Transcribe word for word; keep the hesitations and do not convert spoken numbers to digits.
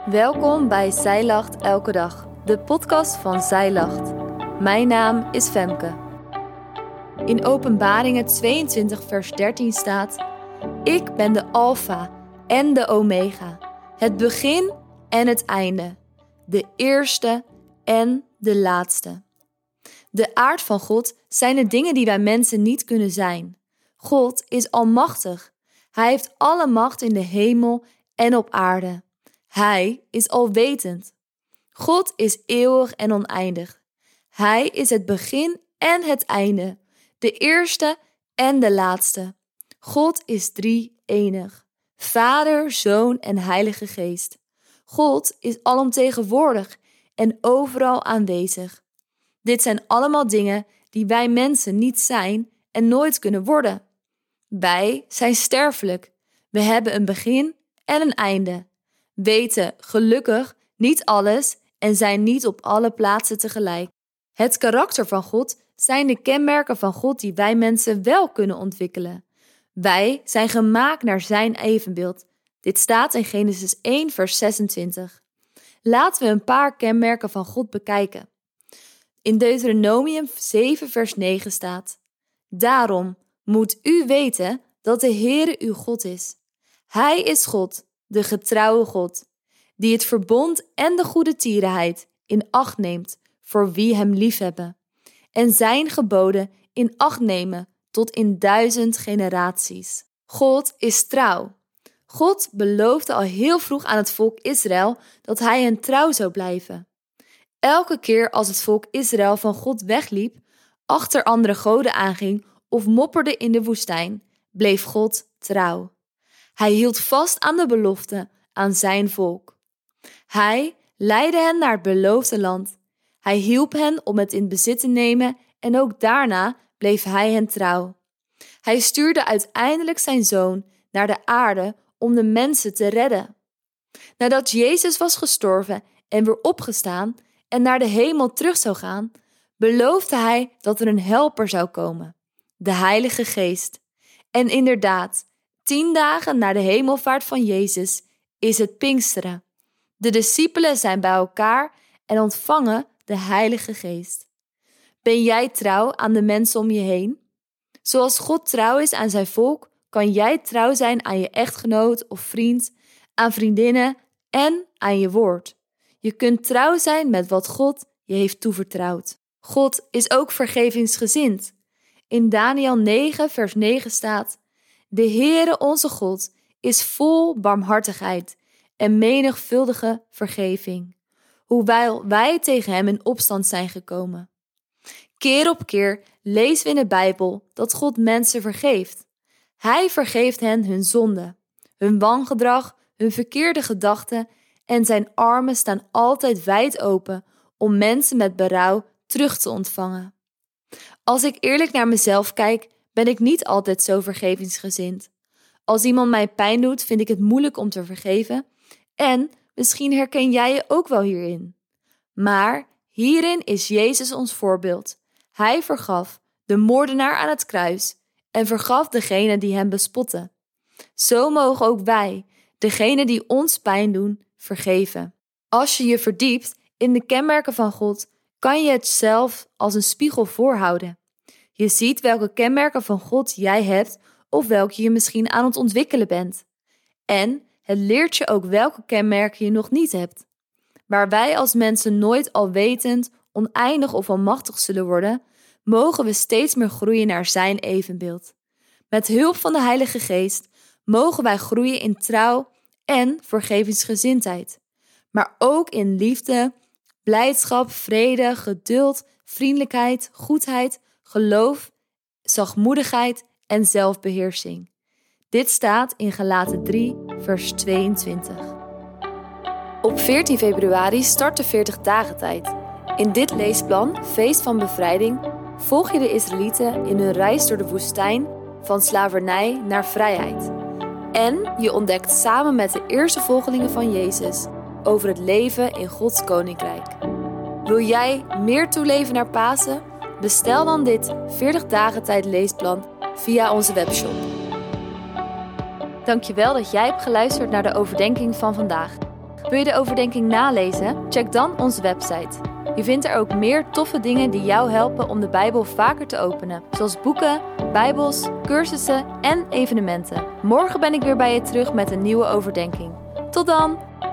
Welkom bij Zij Lacht Elke Dag, de podcast van Zij Lacht. Mijn naam is Femke. In Openbaringen tweeëntwintig vers dertien staat: Ik ben de Alfa en de Omega, het begin en het einde, de eerste en de laatste. De aard van God zijn de dingen die wij mensen niet kunnen zijn. God is almachtig. Hij heeft alle macht in de hemel en op aarde. Hij is alwetend. God is eeuwig en oneindig. Hij is het begin en het einde, de eerste en de laatste. God is drie-enig, Vader, Zoon en Heilige Geest. God is alomtegenwoordig en overal aanwezig. Dit zijn allemaal dingen die wij mensen niet zijn en nooit kunnen worden. Wij zijn sterfelijk. We hebben een begin en een einde. Weten gelukkig niet alles en zijn niet op alle plaatsen tegelijk. Het karakter van God zijn de kenmerken van God die wij mensen wel kunnen ontwikkelen. Wij zijn gemaakt naar zijn evenbeeld. Dit staat in Genesis één vers zesentwintig. Laten we een paar kenmerken van God bekijken. In Deuteronomium zeven vers negen staat: Daarom moet u weten dat de Heere uw God is. Hij is God, de getrouwe God, die het verbond en de goede tierenheid in acht neemt voor wie hem liefhebben, en zijn geboden in acht nemen tot in duizend generaties. God is trouw. God beloofde al heel vroeg aan het volk Israël dat hij hen trouw zou blijven. Elke keer als het volk Israël van God wegliep, achter andere goden aanging of mopperde in de woestijn, bleef God trouw. Hij hield vast aan de belofte aan zijn volk. Hij leidde hen naar het beloofde land. Hij hielp hen om het in bezit te nemen en ook daarna bleef hij hen trouw. Hij stuurde uiteindelijk zijn zoon naar de aarde om de mensen te redden. Nadat Jezus was gestorven en weer opgestaan en naar de hemel terug zou gaan, beloofde hij dat er een helper zou komen, de Heilige Geest. En inderdaad, tien dagen na de hemelvaart van Jezus is het Pinksteren. De discipelen zijn bij elkaar en ontvangen de Heilige Geest. Ben jij trouw aan de mensen om je heen? Zoals God trouw is aan zijn volk, kan jij trouw zijn aan je echtgenoot of vriend, aan vriendinnen en aan je woord. Je kunt trouw zijn met wat God je heeft toevertrouwd. God is ook vergevingsgezind. In Daniël negen vers negen staat: De Heere onze God is vol barmhartigheid en menigvuldige vergeving, hoewel wij tegen hem in opstand zijn gekomen. Keer op keer lezen we in de Bijbel dat God mensen vergeeft. Hij vergeeft hen hun zonde, hun wangedrag, hun verkeerde gedachten en zijn armen staan altijd wijd open om mensen met berouw terug te ontvangen. Als ik eerlijk naar mezelf kijk, ben ik niet altijd zo vergevingsgezind. Als iemand mij pijn doet, vind ik het moeilijk om te vergeven en misschien herken jij je ook wel hierin. Maar hierin is Jezus ons voorbeeld. Hij vergaf de moordenaar aan het kruis en vergaf degene die hem bespotten. Zo mogen ook wij, degene die ons pijn doen, vergeven. Als je je verdiept in de kenmerken van God, kan je het zelf als een spiegel voorhouden. Je ziet welke kenmerken van God jij hebt of welke je misschien aan het ontwikkelen bent. En het leert je ook welke kenmerken je nog niet hebt. Waar wij als mensen nooit alwetend, oneindig of almachtig zullen worden, mogen we steeds meer groeien naar zijn evenbeeld. Met hulp van de Heilige Geest mogen wij groeien in trouw en vergevingsgezindheid, maar ook in liefde, blijdschap, vrede, geduld, vriendelijkheid, goedheid, geloof, zachtmoedigheid en zelfbeheersing. Dit staat in Galaten drie, vers tweeëntwintig. Op veertien februari start de veertig dagen tijd. In dit leesplan, Feest van Bevrijding, volg je de Israëlieten in hun reis door de woestijn van slavernij naar vrijheid. En je ontdekt samen met de eerste volgelingen van Jezus over het leven in Gods Koninkrijk. Wil jij meer toeleven naar Pasen? Bestel dan dit veertig dagen tijd leesplan via onze webshop. Dankjewel dat jij hebt geluisterd naar de overdenking van vandaag. Wil je de overdenking nalezen? Check dan onze website. Je vindt er ook meer toffe dingen die jou helpen om de Bijbel vaker te openen. Zoals boeken, bijbels, cursussen en evenementen. Morgen ben ik weer bij je terug met een nieuwe overdenking. Tot dan!